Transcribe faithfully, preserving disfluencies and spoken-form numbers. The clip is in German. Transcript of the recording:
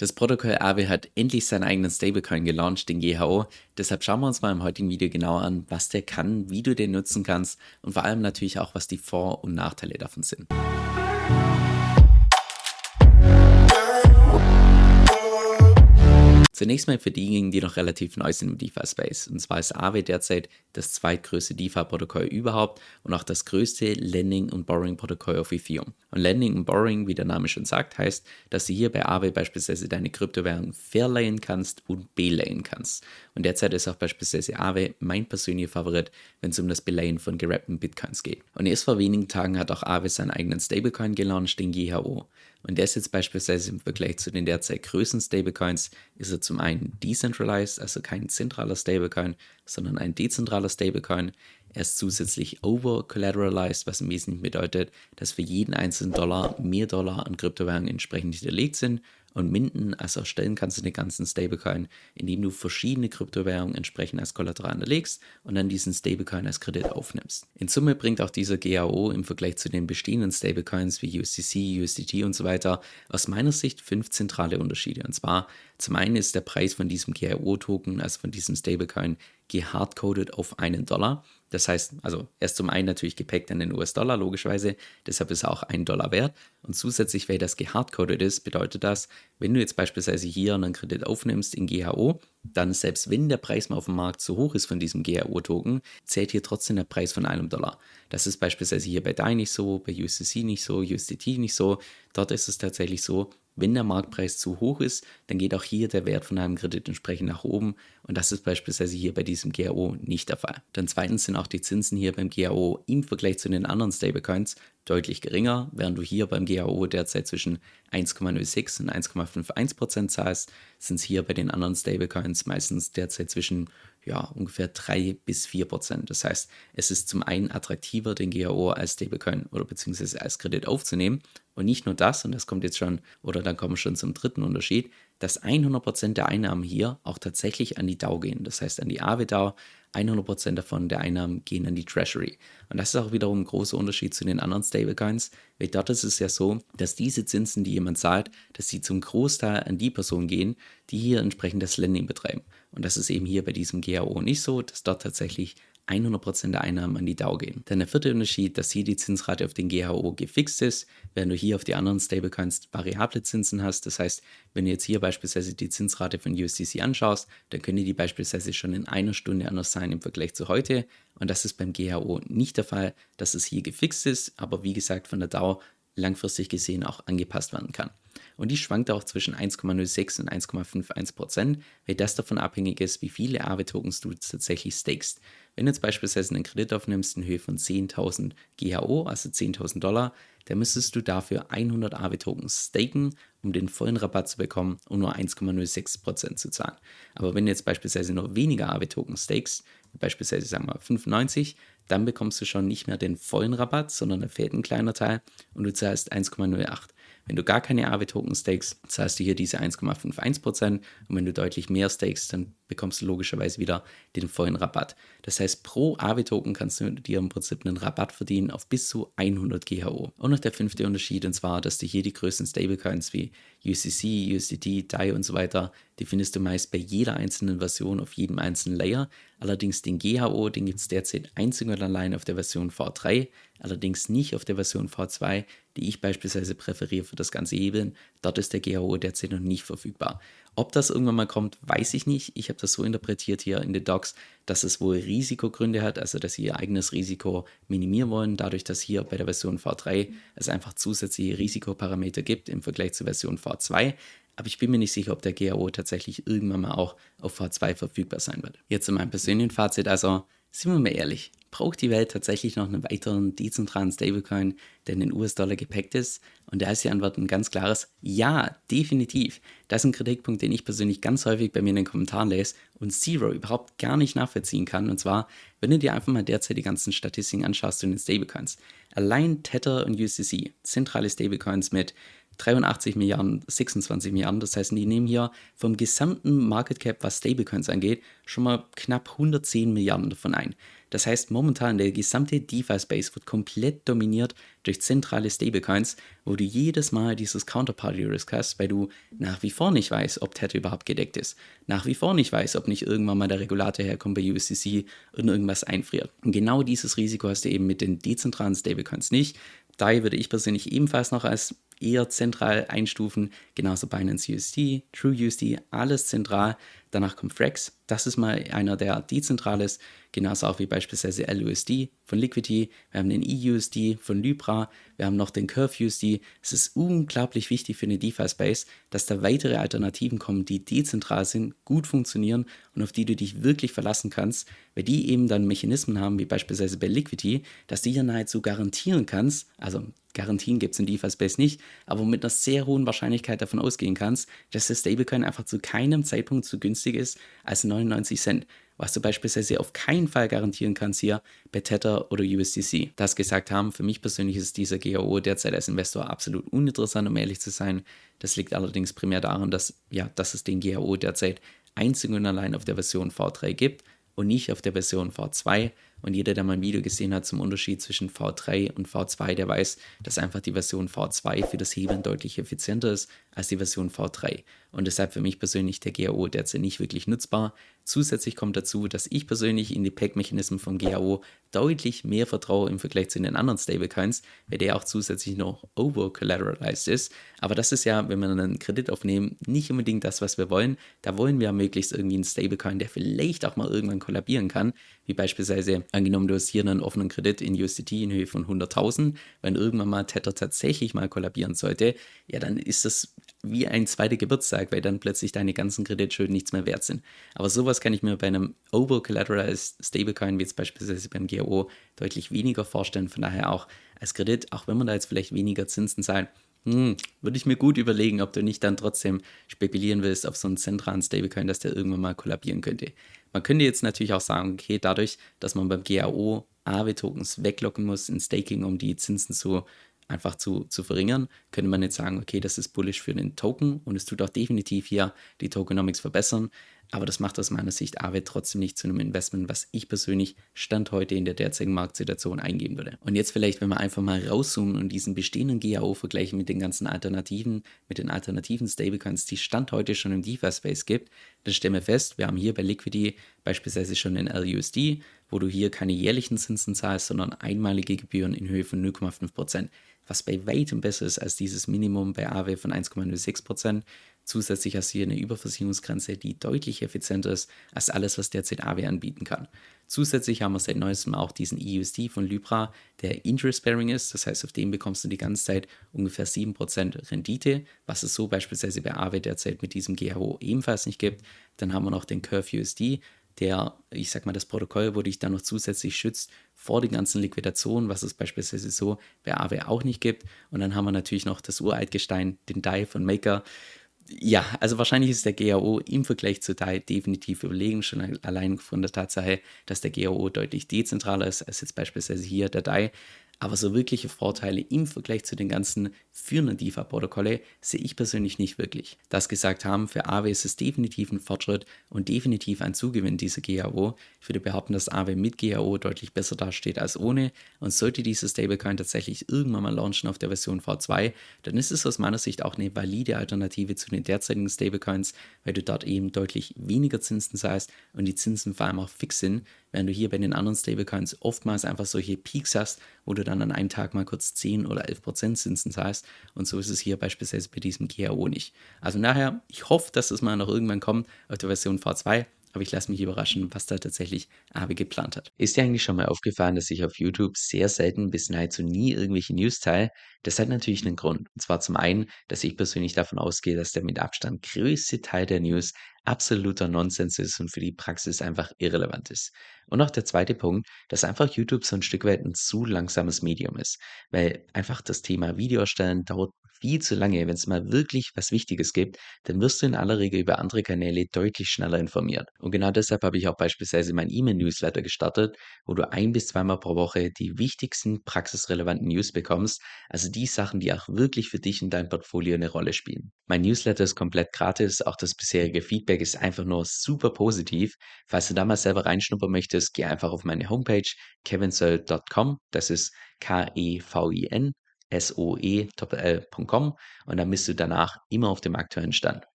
Das Protokoll Aave hat endlich seinen eigenen Stablecoin gelauncht, den G H O. Deshalb schauen wir uns mal im heutigen Video genauer an, was der kann, wie du den nutzen kannst und vor allem natürlich auch, was die Vor- und Nachteile davon sind. Zunächst mal für diejenigen, die noch relativ neu sind im DeFi-Space. Und zwar ist Aave derzeit das zweitgrößte DeFi-Protokoll überhaupt und auch das größte Lending- und Borrowing-Protokoll auf Ethereum. Und Lending und Borrowing, wie der Name schon sagt, heißt, dass du hier bei Aave beispielsweise deine Kryptowährung verleihen kannst und beleihen kannst. Und derzeit ist auch beispielsweise Aave mein persönlicher Favorit, wenn es um das Beleihen von gerappten Bitcoins geht. Und erst vor wenigen Tagen hat auch Aave seinen eigenen Stablecoin gelauncht, den G H O. Und der ist jetzt beispielsweise im Vergleich zu den derzeit größten Stablecoins, ist er zum einen decentralized, also kein zentraler Stablecoin, sondern ein dezentraler Stablecoin. Er ist zusätzlich over-collateralized, was im Wesentlichen bedeutet, dass für jeden einzelnen Dollar mehr Dollar an Kryptowährungen entsprechend hinterlegt sind. Und minden, also erstellen kannst du den ganzen Stablecoin, indem du verschiedene Kryptowährungen entsprechend als Kollateral hinterlegst und dann diesen Stablecoin als Kredit aufnimmst. In Summe bringt auch dieser G H O im Vergleich zu den bestehenden Stablecoins wie U S D C, U S D T und so weiter aus meiner Sicht fünf zentrale Unterschiede. Und zwar zum einen ist der Preis von diesem G H O-Token, also von diesem Stablecoin, gehardcoded auf einen Dollar. Das heißt, also er ist zum einen natürlich gepackt an den U S-Dollar, logischerweise, deshalb ist er auch ein Dollar wert. Und zusätzlich, weil das gehardcoded ist, bedeutet das, wenn du jetzt beispielsweise hier einen Kredit aufnimmst in G H O, dann selbst wenn der Preis mal auf dem Markt zu hoch ist von diesem G H O-Token, zählt hier trotzdem der Preis von einem Dollar. Das ist beispielsweise hier bei D A I nicht so, bei U S D C nicht so, U S D T nicht so. Dort ist es tatsächlich so, wenn der Marktpreis zu hoch ist, dann geht auch hier der Wert von einem Kredit entsprechend nach oben und das ist beispielsweise hier bei diesem G H O nicht der Fall. Dann zweitens sind auch die Zinsen hier beim G H O im Vergleich zu den anderen Stablecoins deutlich geringer, während du hier beim G H O derzeit zwischen eins Komma null sechs und eins Komma einundfünfzig Prozent zahlst, sind es hier bei den anderen Stablecoins meistens derzeit zwischen ja, ungefähr drei bis vier Prozent. Das heißt, es ist zum einen attraktiver, den G H O als Stablecoin oder beziehungsweise als Kredit aufzunehmen. Und nicht nur das, und das kommt jetzt schon, oder dann kommen wir schon zum dritten Unterschied, dass hundert Prozent der Einnahmen hier auch tatsächlich an die D A O gehen. Das heißt, an die Aave D A O, hundert Prozent davon der Einnahmen gehen an die Treasury. Und das ist auch wiederum ein großer Unterschied zu den anderen Stablecoins, weil dort ist es ja so, dass diese Zinsen, die jemand zahlt, dass sie zum Großteil an die Person gehen, die hier entsprechend das Lending betreiben. Und das ist eben hier bei diesem G H O nicht so, dass dort tatsächlich hundert Prozent der Einnahmen an die D A O gehen. Dann der vierte Unterschied, dass hier die Zinsrate auf den G H O gefixt ist, während du hier auf die anderen Stablecoins variable Zinsen hast. Das heißt, wenn du jetzt hier beispielsweise die Zinsrate von U S D C anschaust, dann könnte die beispielsweise schon in einer Stunde anders sein im Vergleich zu heute. Und das ist beim G H O nicht der Fall, dass es hier gefixt ist, aber wie gesagt von der D A O langfristig gesehen auch angepasst werden kann. Und die schwankt auch zwischen eins Komma null sechs und eins Komma einundfünfzig Prozent, weil das davon abhängig ist, wie viele Aave-Tokens du tatsächlich stakest. Wenn du jetzt beispielsweise einen Kredit aufnimmst in Höhe von zehntausend G H O, also zehntausend Dollar, dann müsstest du dafür hundert Aave-Tokens staken, um den vollen Rabatt zu bekommen und nur eins Komma null sechs Prozent zu zahlen. Aber wenn du jetzt beispielsweise nur weniger Aave-Tokens stakest, beispielsweise sagen wir fünfundneunzig, dann bekommst du schon nicht mehr den vollen Rabatt, sondern da fehlt ein kleiner Teil und du zahlst eins Komma null acht. Wenn du gar keine Aave-Token stakest, zahlst du hier diese eins Komma einundfünfzig Prozent und wenn du deutlich mehr stakest, dann bekommst du logischerweise wieder den vollen Rabatt. Das heißt, pro Aave-Token kannst du dir im Prinzip einen Rabatt verdienen auf bis zu hundert G H O. Und noch der fünfte Unterschied, und zwar, dass du hier die größten Stablecoins wie U S D C, U S D T, D A I und so weiter, die findest du meist bei jeder einzelnen Version auf jedem einzelnen Layer. Allerdings den G H O, den gibt es derzeit einzig und allein auf der Version V drei, allerdings nicht auf der Version V zwei, die ich beispielsweise präferiere für das ganze Hebeln. Dort ist der G H O derzeit noch nicht verfügbar. Ob das irgendwann mal kommt, weiß ich nicht. Ich habe das so interpretiert hier in den Docs, dass es wohl Risikogründe hat, also dass sie ihr eigenes Risiko minimieren wollen, dadurch, dass hier bei der Version V drei es einfach zusätzliche Risikoparameter gibt im Vergleich zur Version V zwei. Aber ich bin mir nicht sicher, ob der G H O tatsächlich irgendwann mal auch auf V zwei verfügbar sein wird. Jetzt zu meinem persönlichen Fazit, also sind wir mal ehrlich, braucht die Welt tatsächlich noch einen weiteren dezentralen Stablecoin, der in den U S-Dollar gepackt ist? Und da ist die Antwort ein ganz klares Ja, definitiv. Das ist ein Kritikpunkt, den ich persönlich ganz häufig bei mir in den Kommentaren lese und Zero überhaupt gar nicht nachvollziehen kann. Und zwar, wenn du dir einfach mal derzeit die ganzen Statistiken anschaust zu den Stablecoins. Allein Tether und U S D C, zentrale Stablecoins mit dreiundachtzig Milliarden, sechsundzwanzig Milliarden. Das heißt, die nehmen hier vom gesamten Market Cap, was Stablecoins angeht, schon mal knapp hundertzehn Milliarden davon ein. Das heißt, momentan der gesamte DeFi-Space wird komplett dominiert durch zentrale Stablecoins, wo du jedes Mal dieses Counterparty-Risk hast, weil du nach wie vor nicht weißt, ob Tether überhaupt gedeckt ist. Nach wie vor nicht weißt, ob nicht irgendwann mal der Regulator herkommt bei U S D C und irgendwas einfriert. Und genau dieses Risiko hast du eben mit den dezentralen Stablecoins nicht. Daher würde ich persönlich ebenfalls noch als eher zentral einstufen, genauso Binance U S D, True U S D, alles zentral. Danach kommt Frax, das ist mal einer, der dezentral ist, genauso auch wie beispielsweise L U S D von Liquidity, wir haben den E U S D von Libra, wir haben noch den Curve U S D. Es ist unglaublich wichtig für den DeFi-Space, dass da weitere Alternativen kommen, die dezentral sind, gut funktionieren und auf die du dich wirklich verlassen kannst, weil die eben dann Mechanismen haben, wie beispielsweise bei Liquidity, dass du hier nahezu garantieren kannst, also Garantien gibt es in DeFi-Space nicht, aber mit einer sehr hohen Wahrscheinlichkeit davon ausgehen kannst, dass der Stablecoin einfach zu keinem Zeitpunkt so günstig ist als neunundneunzig Cent, was du beispielsweise auf keinen Fall garantieren kannst hier bei Tether oder U S D C. Das gesagt haben, für mich persönlich ist dieser G A O derzeit als Investor absolut uninteressant, um ehrlich zu sein. Das liegt allerdings primär daran, dass, ja, dass es den G A O derzeit einzig und allein auf der Version V drei gibt und nicht auf der Version V zwei. Und jeder, der mein Video gesehen hat zum Unterschied zwischen V drei und V zwei, der weiß, dass einfach die Version V zwei für das Hebeln deutlich effizienter ist als die Version V drei. Und deshalb für mich persönlich der G A O derzeit nicht wirklich nutzbar. Zusätzlich kommt dazu, dass ich persönlich in die Peg-Mechanismen vom G A O deutlich mehr vertraue im Vergleich zu den anderen Stablecoins, weil der auch zusätzlich noch over-collateralized ist. Aber das ist ja, wenn wir einen Kredit aufnehmen, nicht unbedingt das, was wir wollen. Da wollen wir möglichst irgendwie einen Stablecoin, der vielleicht auch mal irgendwann kollabieren kann, wie beispielsweise angenommen, du hast hier einen offenen Kredit in U S D T in Höhe von hunderttausend, wenn irgendwann mal Tether tatsächlich mal kollabieren sollte, ja, dann ist das wie ein zweiter Geburtstag, weil dann plötzlich deine ganzen Kreditschulden nichts mehr wert sind. Aber sowas kann ich mir bei einem over-collateralized Stablecoin, wie jetzt beispielsweise beim G A O, deutlich weniger vorstellen. Von daher auch als Kredit, auch wenn man da jetzt vielleicht weniger Zinsen zahlt, hm, würde ich mir gut überlegen, ob du nicht dann trotzdem spekulieren willst auf so einen zentralen Stablecoin, dass der irgendwann mal kollabieren könnte. Man könnte jetzt natürlich auch sagen, okay, dadurch, dass man beim G A O A W Tokens weglocken muss in Staking, um die Zinsen zu einfach zu, zu verringern, könnte man jetzt sagen, okay, das ist bullish für den Token und es tut auch definitiv hier die Tokenomics verbessern, aber das macht aus meiner Sicht A W trotzdem nicht zu einem Investment, was ich persönlich Stand heute in der derzeitigen Marktsituation eingehen würde. Und jetzt vielleicht, wenn wir einfach mal rauszoomen und diesen bestehenden G A O vergleichen mit den ganzen Alternativen, mit den alternativen Stablecoins, die Stand heute schon im DeFi-Space gibt, dann stellen wir fest, wir haben hier bei Liquidity beispielsweise schon den L U S D, wo du hier keine jährlichen Zinsen zahlst, sondern einmalige Gebühren in Höhe von null Komma fünf Prozent, was bei weitem besser ist als dieses Minimum bei A W von eins Komma null sechs Prozent. Zusätzlich hast du hier eine Überversicherungsgrenze, die deutlich effizienter ist als alles, was derzeit A W anbieten kann. Zusätzlich haben wir seit neuestem auch diesen E U S D von Libra, der interest-bearing ist. Das heißt, auf dem bekommst du die ganze Zeit ungefähr sieben Prozent Rendite, was es so beispielsweise bei A W derzeit mit diesem G A O ebenfalls nicht gibt. Dann haben wir noch den Curve U S D, der, ich sag mal, das Protokoll, wo dich dann noch zusätzlich schützt vor den ganzen Liquidationen, was es beispielsweise so bei A W auch nicht gibt. Und dann haben wir natürlich noch das Uraltgestein, den D A I von Maker. Ja, also wahrscheinlich ist der G A O im Vergleich zu D A I definitiv überlegen, schon allein von der Tatsache, dass der G A O deutlich dezentraler ist als jetzt beispielsweise hier der D A I. Aber so wirkliche Vorteile im Vergleich zu den ganzen führenden DeFi-Protokolle sehe ich persönlich nicht wirklich. Das gesagt haben, für A W ist es definitiv ein Fortschritt und definitiv ein Zugewinn, dieser G A O. Ich würde behaupten, dass A W mit G A O deutlich besser dasteht als ohne. Und sollte dieses Stablecoin tatsächlich irgendwann mal launchen auf der Version V zwei, dann ist es aus meiner Sicht auch eine valide Alternative zu den derzeitigen Stablecoins, weil du dort eben deutlich weniger Zinsen zahlst und die Zinsen vor allem auch fix sind, während du hier bei den anderen Stablecoins oftmals einfach solche Peaks hast, wo du dann an einem Tag mal kurz zehn oder elf Prozent Zinsen zahlst. Und so ist es hier beispielsweise bei diesem G A O nicht. Also nachher, ich hoffe, dass es mal noch irgendwann kommt auf der Version V zwei, aber ich lasse mich überraschen, was da tatsächlich A W geplant hat. Ist dir eigentlich schon mal aufgefallen, dass ich auf YouTube sehr selten bis nahezu nie irgendwelche News teile? Das hat natürlich einen Grund. Und zwar zum einen, dass ich persönlich davon ausgehe, dass der mit Abstand größte Teil der News absoluter Nonsens ist und für die Praxis einfach irrelevant ist. Und auch der zweite Punkt, dass einfach YouTube so ein Stück weit ein zu langsames Medium ist, weil einfach das Thema Video erstellen dauert viel zu lange, wenn es mal wirklich was Wichtiges gibt, dann wirst du in aller Regel über andere Kanäle deutlich schneller informiert. Und genau deshalb habe ich auch beispielsweise mein E-Mail-Newsletter gestartet, wo du ein bis zweimal pro Woche die wichtigsten praxisrelevanten News bekommst, also die Sachen, die auch wirklich für dich in deinem Portfolio eine Rolle spielen. Mein Newsletter ist komplett gratis, auch das bisherige Feedback ist einfach nur super positiv. Falls du da mal selber reinschnuppern möchtest, geh einfach auf meine Homepage kevinsoe Punkt com, das ist K E V I N S O E L L Punkt com und dann bist du danach immer auf dem aktuellen Stand.